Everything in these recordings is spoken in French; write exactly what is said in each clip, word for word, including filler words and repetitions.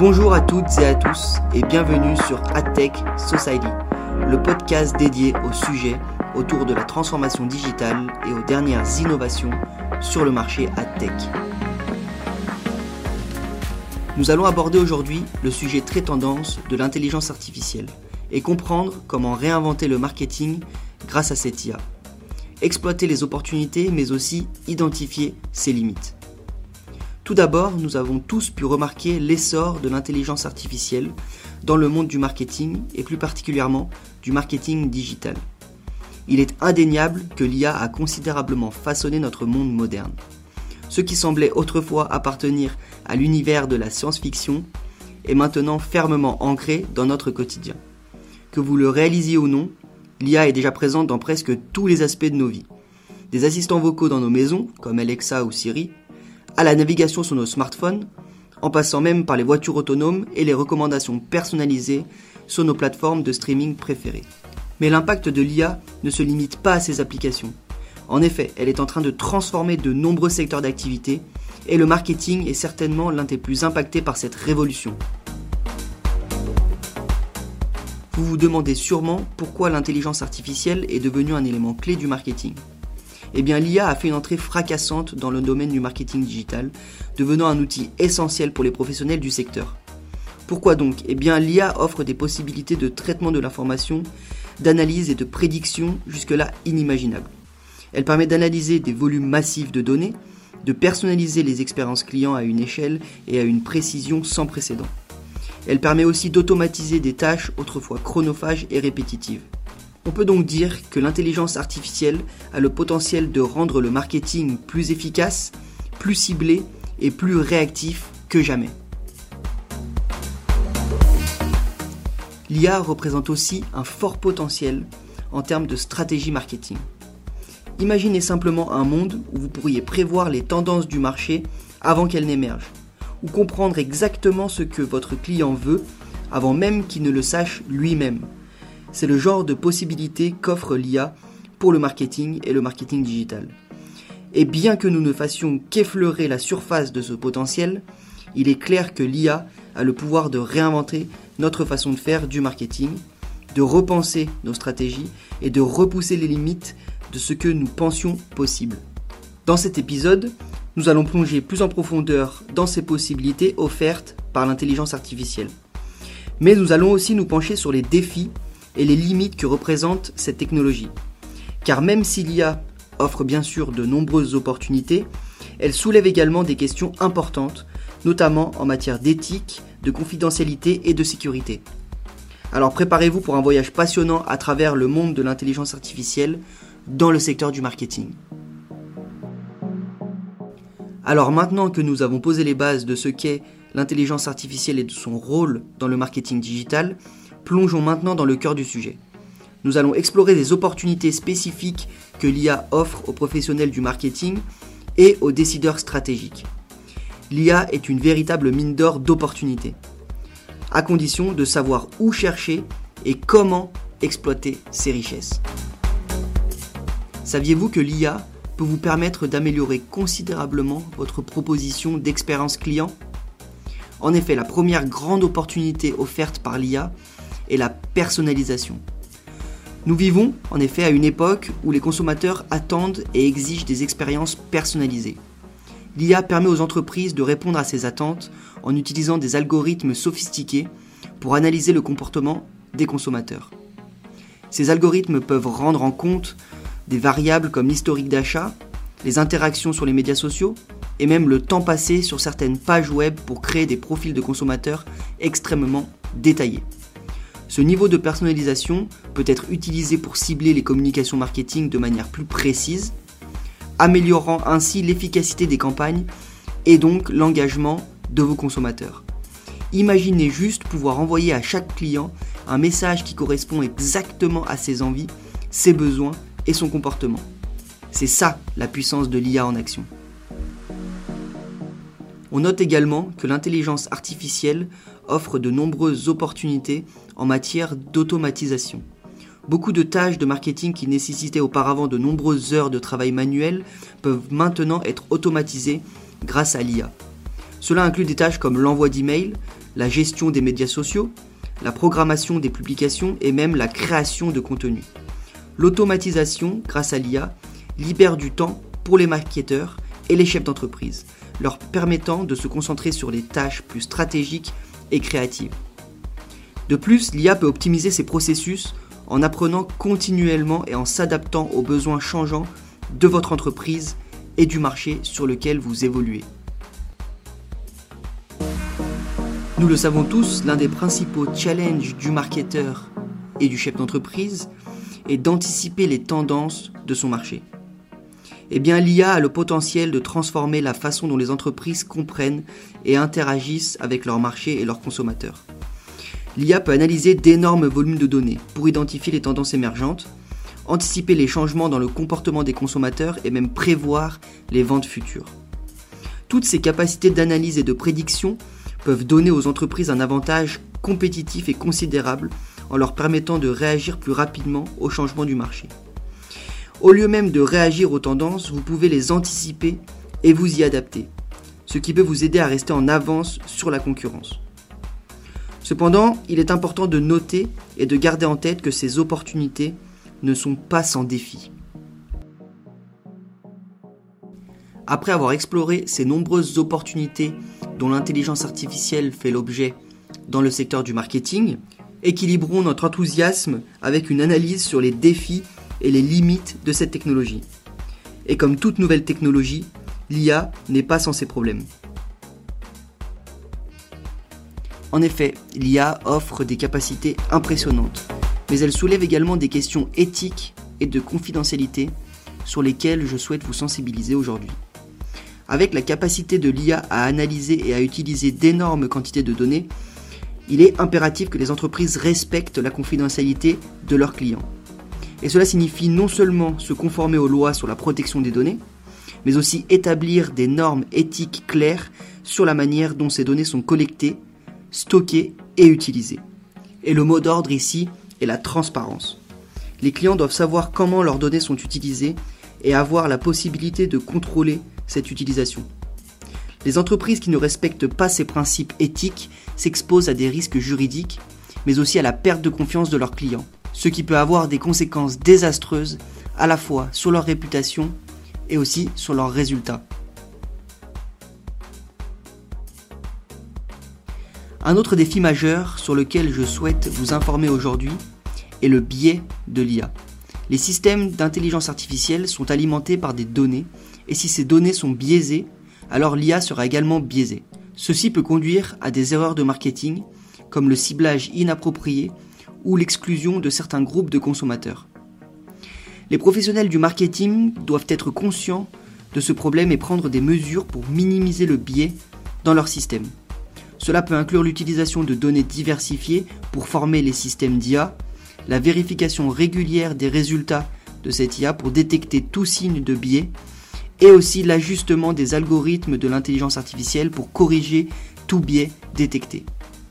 Bonjour à toutes et à tous et bienvenue sur AdTech Society, le podcast dédié au sujet autour de la transformation digitale et aux dernières innovations sur le marché AdTech. Nous allons aborder aujourd'hui le sujet très tendance de l'intelligence artificielle et comprendre comment réinventer le marketing grâce à cette I A. Exploiter les opportunités mais aussi identifier ses limites. Tout d'abord, nous avons tous pu remarquer l'essor de l'intelligence artificielle dans le monde du marketing et plus particulièrement du marketing digital. Il est indéniable que l'I A a considérablement façonné notre monde moderne. Ce qui semblait autrefois appartenir à l'univers de la science-fiction est maintenant fermement ancré dans notre quotidien. Que vous le réalisiez ou non, l'I A est déjà présente dans presque tous les aspects de nos vies. Des assistants vocaux dans nos maisons, comme Alexa ou Siri, à la navigation sur nos smartphones, en passant même par les voitures autonomes et les recommandations personnalisées sur nos plateformes de streaming préférées. Mais l'impact de l'I A ne se limite pas à ces applications. En effet, elle est en train de transformer de nombreux secteurs d'activité et le marketing est certainement l'un des plus impactés par cette révolution. Vous vous demandez sûrement pourquoi l'intelligence artificielle est devenue un élément clé du marketing. Eh bien, l'I A a fait une entrée fracassante dans le domaine du marketing digital, devenant un outil essentiel pour les professionnels du secteur. Pourquoi donc ? Eh bien, l'I A offre des possibilités de traitement de l'information, d'analyse et de prédiction jusque-là inimaginables. Elle permet d'analyser des volumes massifs de données, de personnaliser les expériences clients à une échelle et à une précision sans précédent. Elle permet aussi d'automatiser des tâches autrefois chronophages et répétitives. On peut donc dire que l'intelligence artificielle a le potentiel de rendre le marketing plus efficace, plus ciblé et plus réactif que jamais. L'I A représente aussi un fort potentiel en termes de stratégie marketing. Imaginez simplement un monde où vous pourriez prévoir les tendances du marché avant qu'elles n'émergent, ou comprendre exactement ce que votre client veut avant même qu'il ne le sache lui-même. C'est le genre de possibilités qu'offre l'I A pour le marketing et le marketing digital. Et bien que nous ne fassions qu'effleurer la surface de ce potentiel, il est clair que l'I A a le pouvoir de réinventer notre façon de faire du marketing, de repenser nos stratégies et de repousser les limites de ce que nous pensions possible. Dans cet épisode, nous allons plonger plus en profondeur dans ces possibilités offertes par l'intelligence artificielle. Mais nous allons aussi nous pencher sur les défis et les limites que représente cette technologie. Car même si l'I A offre bien sûr de nombreuses opportunités, elle soulève également des questions importantes, notamment en matière d'éthique, de confidentialité et de sécurité. Alors préparez-vous pour un voyage passionnant à travers le monde de l'intelligence artificielle dans le secteur du marketing. Alors maintenant que nous avons posé les bases de ce qu'est l'intelligence artificielle et de son rôle dans le marketing digital, plongeons maintenant dans le cœur du sujet. Nous allons explorer les opportunités spécifiques que l'I A offre aux professionnels du marketing et aux décideurs stratégiques. L'I A est une véritable mine d'or d'opportunités, à condition de savoir où chercher et comment exploiter ces richesses. Saviez-vous que l'I A peut vous permettre d'améliorer considérablement votre proposition d'expérience client ? En effet, la première grande opportunité offerte par l'I A est la personnalisation. Nous vivons en effet à une époque où les consommateurs attendent et exigent des expériences personnalisées. L'I A permet aux entreprises de répondre à ces attentes en utilisant des algorithmes sophistiqués pour analyser le comportement des consommateurs. Ces algorithmes peuvent rendre en compte des variables comme l'historique d'achat, les interactions sur les médias sociaux et même le temps passé sur certaines pages web pour créer des profils de consommateurs extrêmement détaillés. Ce niveau de personnalisation peut être utilisé pour cibler les communications marketing de manière plus précise, améliorant ainsi l'efficacité des campagnes et donc l'engagement de vos consommateurs. Imaginez juste pouvoir envoyer à chaque client un message qui correspond exactement à ses envies, ses besoins et son comportement. C'est ça la puissance de l'I A en action. On note également que l'intelligence artificielle offre de nombreuses opportunités en matière d'automatisation. Beaucoup de tâches de marketing qui nécessitaient auparavant de nombreuses heures de travail manuel peuvent maintenant être automatisées grâce à l'I A. Cela inclut des tâches comme l'envoi d'emails, la gestion des médias sociaux, la programmation des publications et même la création de contenu. L'automatisation, grâce à l'I A, libère du temps pour les marketeurs et les chefs d'entreprise, leur permettant de se concentrer sur les tâches plus stratégiques et créatives. De plus, l'I A peut optimiser ses processus en apprenant continuellement et en s'adaptant aux besoins changeants de votre entreprise et du marché sur lequel vous évoluez. Nous le savons tous, l'un des principaux challenges du marketeur et du chef d'entreprise est d'anticiper les tendances de son marché. Eh bien, l'I A a le potentiel de transformer la façon dont les entreprises comprennent et interagissent avec leur marché et leurs consommateurs. L'I A peut analyser d'énormes volumes de données pour identifier les tendances émergentes, anticiper les changements dans le comportement des consommateurs et même prévoir les ventes futures. Toutes ces capacités d'analyse et de prédiction peuvent donner aux entreprises un avantage compétitif et considérable en leur permettant de réagir plus rapidement aux changements du marché. Au lieu même de réagir aux tendances, vous pouvez les anticiper et vous y adapter, ce qui peut vous aider à rester en avance sur la concurrence. Cependant, il est important de noter et de garder en tête que ces opportunités ne sont pas sans défis. Après avoir exploré ces nombreuses opportunités dont l'intelligence artificielle fait l'objet dans le secteur du marketing, équilibrons notre enthousiasme avec une analyse sur les défis et les limites de cette technologie. Et comme toute nouvelle technologie, l'I A n'est pas sans ses problèmes. En effet, l'I A offre des capacités impressionnantes, mais elle soulève également des questions éthiques et de confidentialité sur lesquelles je souhaite vous sensibiliser aujourd'hui. Avec la capacité de l'I A à analyser et à utiliser d'énormes quantités de données, il est impératif que les entreprises respectent la confidentialité de leurs clients. Et cela signifie non seulement se conformer aux lois sur la protection des données, mais aussi établir des normes éthiques claires sur la manière dont ces données sont collectées, stockées et utilisées. Et le mot d'ordre ici est la transparence. Les clients doivent savoir comment leurs données sont utilisées et avoir la possibilité de contrôler cette utilisation. Les entreprises qui ne respectent pas ces principes éthiques s'exposent à des risques juridiques, mais aussi à la perte de confiance de leurs clients, ce qui peut avoir des conséquences désastreuses à la fois sur leur réputation et aussi sur leurs résultats. Un autre défi majeur sur lequel je souhaite vous informer aujourd'hui est le biais de l'I A. Les systèmes d'intelligence artificielle sont alimentés par des données, et si ces données sont biaisées, alors l'I A sera également biaisée. Ceci peut conduire à des erreurs de marketing, comme le ciblage inapproprié ou l'exclusion de certains groupes de consommateurs. Les professionnels du marketing doivent être conscients de ce problème et prendre des mesures pour minimiser le biais dans leur système. Cela peut inclure l'utilisation de données diversifiées pour former les systèmes d'I A, la vérification régulière des résultats de cette I A pour détecter tout signe de biais, et aussi l'ajustement des algorithmes de l'intelligence artificielle pour corriger tout biais détecté.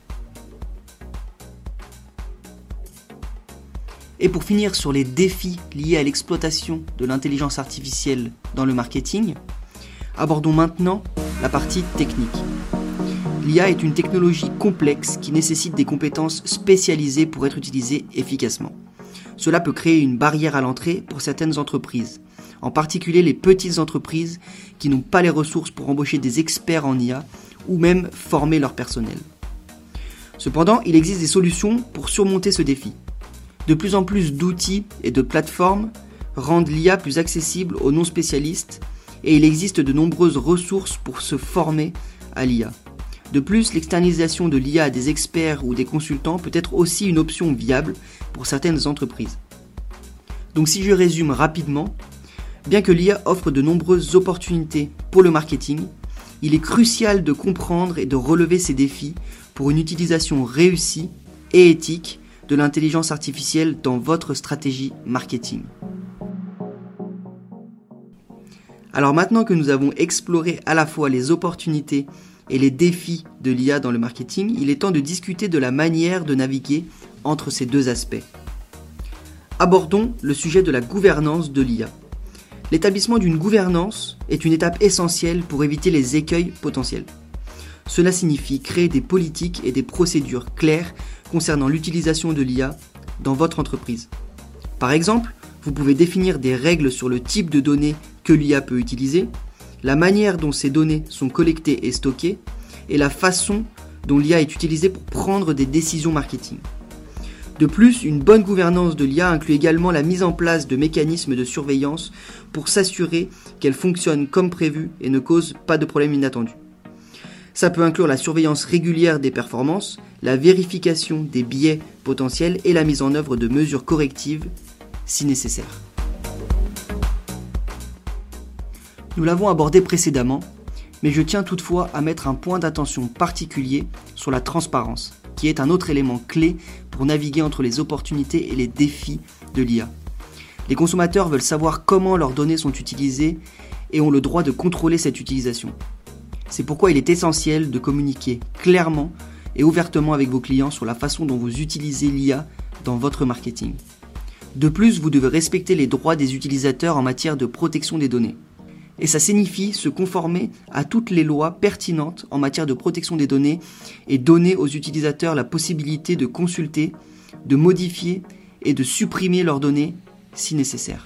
Et pour finir sur les défis liés à l'exploitation de l'intelligence artificielle dans le marketing, abordons maintenant la partie technique. L'I A est une technologie complexe qui nécessite des compétences spécialisées pour être utilisée efficacement. Cela peut créer une barrière à l'entrée pour certaines entreprises, en particulier les petites entreprises qui n'ont pas les ressources pour embaucher des experts en I A ou même former leur personnel. Cependant, il existe des solutions pour surmonter ce défi. De plus en plus d'outils et de plateformes rendent l'I A plus accessible aux non-spécialistes et il existe de nombreuses ressources pour se former à l'I A. De plus, l'externalisation de l'I A à des experts ou des consultants peut être aussi une option viable pour certaines entreprises. Donc si je résume rapidement, bien que l'I A offre de nombreuses opportunités pour le marketing, il est crucial de comprendre et de relever ces défis pour une utilisation réussie et éthique de l'intelligence artificielle dans votre stratégie marketing. Alors maintenant que nous avons exploré à la fois les opportunités et les défis de l'I A dans le marketing, il est temps de discuter de la manière de naviguer entre ces deux aspects. Abordons le sujet de la gouvernance de l'I A. L'établissement d'une gouvernance est une étape essentielle pour éviter les écueils potentiels. Cela signifie créer des politiques et des procédures claires concernant l'utilisation de l'I A dans votre entreprise. Par exemple, vous pouvez définir des règles sur le type de données que l'I A peut utiliser, la manière dont ces données sont collectées et stockées, et la façon dont l'I A est utilisée pour prendre des décisions marketing. De plus, une bonne gouvernance de l'I A inclut également la mise en place de mécanismes de surveillance pour s'assurer qu'elle fonctionne comme prévu et ne cause pas de problèmes inattendus. Ça peut inclure la surveillance régulière des performances, la vérification des biais potentiels et la mise en œuvre de mesures correctives si nécessaire. Nous l'avons abordé précédemment, mais je tiens toutefois à mettre un point d'attention particulier sur la transparence, qui est un autre élément clé pour naviguer entre les opportunités et les défis de l'I A. Les consommateurs veulent savoir comment leurs données sont utilisées et ont le droit de contrôler cette utilisation. C'est pourquoi il est essentiel de communiquer clairement et ouvertement avec vos clients sur la façon dont vous utilisez l'I A dans votre marketing. De plus, vous devez respecter les droits des utilisateurs en matière de protection des données. Et ça signifie se conformer à toutes les lois pertinentes en matière de protection des données et donner aux utilisateurs la possibilité de consulter, de modifier et de supprimer leurs données si nécessaire.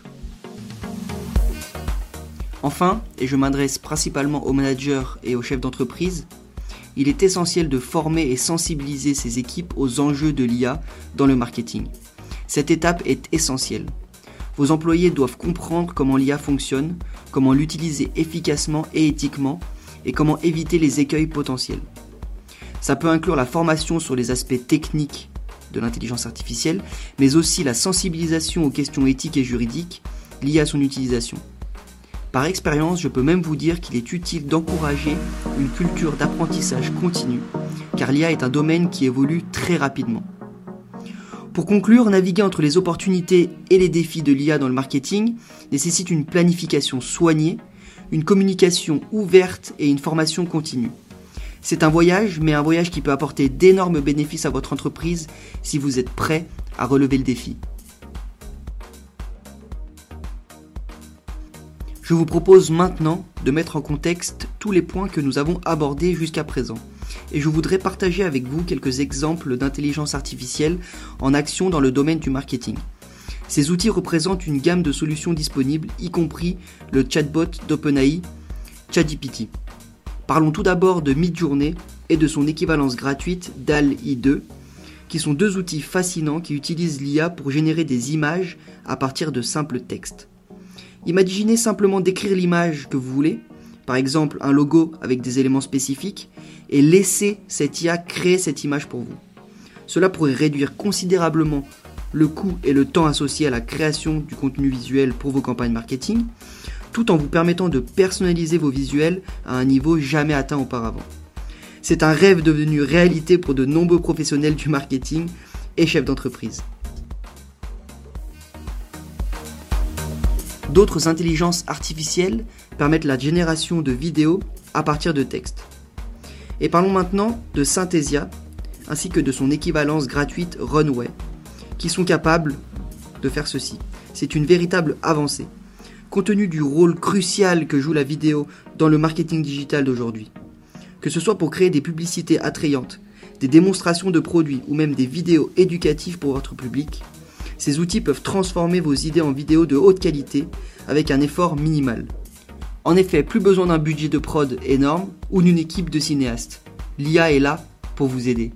Enfin, et je m'adresse principalement aux managers et aux chefs d'entreprise, il est essentiel de former et sensibiliser ces équipes aux enjeux de l'I A dans le marketing. Cette étape est essentielle. Vos employés doivent comprendre comment l'I A fonctionne, comment l'utiliser efficacement et éthiquement, et comment éviter les écueils potentiels. Ça peut inclure la formation sur les aspects techniques de l'intelligence artificielle, mais aussi la sensibilisation aux questions éthiques et juridiques liées à son utilisation. Par expérience, je peux même vous dire qu'il est utile d'encourager une culture d'apprentissage continu, car l'I A est un domaine qui évolue très rapidement. Pour conclure, naviguer entre les opportunités et les défis de l'I A dans le marketing nécessite une planification soignée, une communication ouverte et une formation continue. C'est un voyage, mais un voyage qui peut apporter d'énormes bénéfices à votre entreprise si vous êtes prêt à relever le défi. Je vous propose maintenant de mettre en contexte tous les points que nous avons abordés jusqu'à présent. Et je voudrais partager avec vous quelques exemples d'intelligence artificielle en action dans le domaine du marketing. Ces outils représentent une gamme de solutions disponibles, y compris le chatbot d'OpenAI, ChatGPT. Parlons tout d'abord de Midjourney et de son équivalence gratuite D A L L-I deux, qui sont deux outils fascinants qui utilisent l'I A pour générer des images à partir de simples textes. Imaginez simplement décrire l'image que vous voulez, par exemple un logo avec des éléments spécifiques, et laisser cette I A créer cette image pour vous. Cela pourrait réduire considérablement le coût et le temps associés à la création du contenu visuel pour vos campagnes marketing, tout en vous permettant de personnaliser vos visuels à un niveau jamais atteint auparavant. C'est un rêve devenu réalité pour de nombreux professionnels du marketing et chefs d'entreprise. D'autres intelligences artificielles permettent la génération de vidéos à partir de textes. Et parlons maintenant de Synthesia, ainsi que de son équivalence gratuite Runway, qui sont capables de faire ceci. C'est une véritable avancée, compte tenu du rôle crucial que joue la vidéo dans le marketing digital d'aujourd'hui. Que ce soit pour créer des publicités attrayantes, des démonstrations de produits ou même des vidéos éducatives pour votre public, ces outils peuvent transformer vos idées en vidéos de haute qualité avec un effort minimal. En effet, plus besoin d'un budget de prod énorme ou d'une équipe de cinéastes. L'I A est là pour vous aider.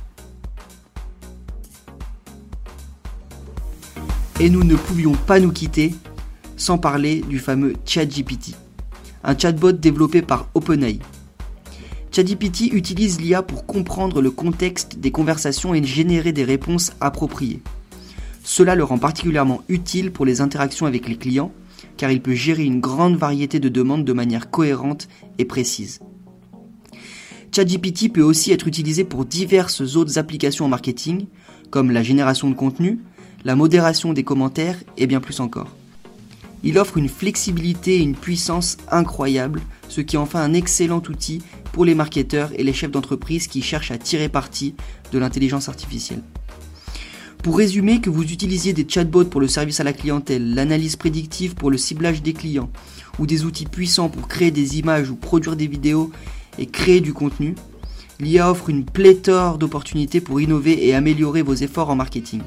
Et nous ne pouvions pas nous quitter sans parler du fameux ChatGPT, un chatbot développé par OpenAI. ChatGPT utilise l'I A pour comprendre le contexte des conversations et générer des réponses appropriées. Cela le rend particulièrement utile pour les interactions avec les clients, car il peut gérer une grande variété de demandes de manière cohérente et précise. ChatGPT peut aussi être utilisé pour diverses autres applications en marketing, comme la génération de contenu, la modération des commentaires et bien plus encore. Il offre une flexibilité et une puissance incroyables, ce qui en fait un excellent outil pour les marketeurs et les chefs d'entreprise qui cherchent à tirer parti de l'intelligence artificielle. Pour résumer, que vous utilisiez des chatbots pour le service à la clientèle, l'analyse prédictive pour le ciblage des clients, ou des outils puissants pour créer des images ou produire des vidéos et créer du contenu, l'I A offre une pléthore d'opportunités pour innover et améliorer vos efforts en marketing.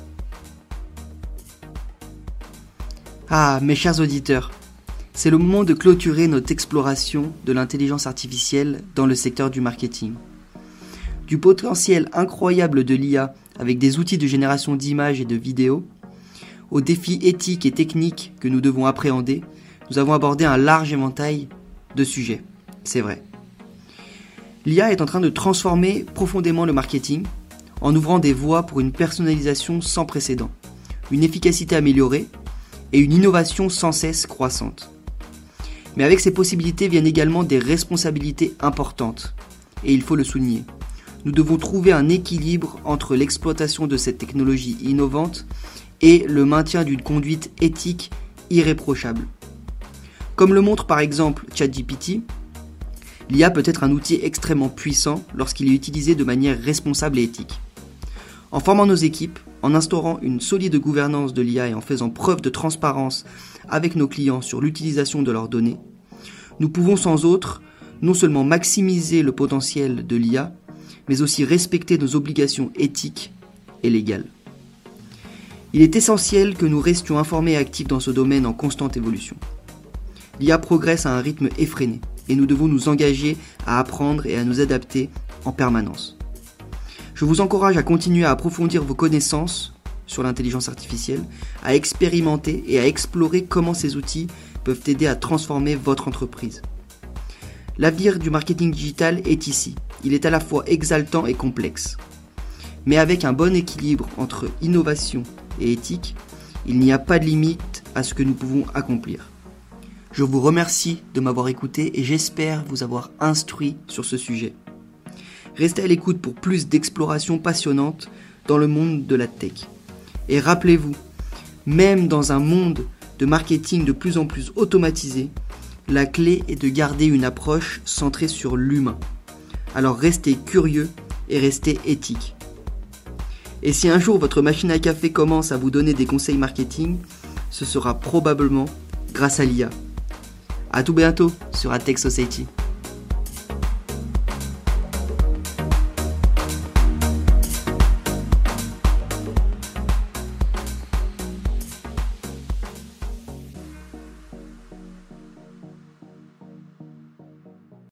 Ah, mes chers auditeurs, c'est le moment de clôturer notre exploration de l'intelligence artificielle dans le secteur du marketing. Du potentiel incroyable de l'I A avec des outils de génération d'images et de vidéos, aux défis éthiques et techniques que nous devons appréhender, nous avons abordé un large éventail de sujets, c'est vrai. L'I A est en train de transformer profondément le marketing en ouvrant des voies pour une personnalisation sans précédent, une efficacité améliorée et une innovation sans cesse croissante. Mais avec ces possibilités viennent également des responsabilités importantes, et il faut le souligner. Nous devons trouver un équilibre entre l'exploitation de cette technologie innovante et le maintien d'une conduite éthique irréprochable. Comme le montre par exemple ChatGPT, l'I A peut être un outil extrêmement puissant lorsqu'il est utilisé de manière responsable et éthique. En formant nos équipes, en instaurant une solide gouvernance de l'I A et en faisant preuve de transparence avec nos clients sur l'utilisation de leurs données, nous pouvons sans autre non seulement maximiser le potentiel de l'I A, mais aussi respecter nos obligations éthiques et légales. Il est essentiel que nous restions informés et actifs dans ce domaine en constante évolution. L'I A progresse à un rythme effréné et nous devons nous engager à apprendre et à nous adapter en permanence. Je vous encourage à continuer à approfondir vos connaissances sur l'intelligence artificielle, à expérimenter et à explorer comment ces outils peuvent aider à transformer votre entreprise. L'avenir du marketing digital est ici. Il est à la fois exaltant et complexe. Mais avec un bon équilibre entre innovation et éthique, il n'y a pas de limite à ce que nous pouvons accomplir. Je vous remercie de m'avoir écouté et j'espère vous avoir instruit sur ce sujet. Restez à l'écoute pour plus d'explorations passionnantes dans le monde de la tech. Et rappelez-vous, même dans un monde de marketing de plus en plus automatisé, la clé est de garder une approche centrée sur l'humain. Alors restez curieux et restez éthique. Et si un jour votre machine à café commence à vous donner des conseils marketing, ce sera probablement grâce à l'I A. À tout bientôt sur A Tech Society.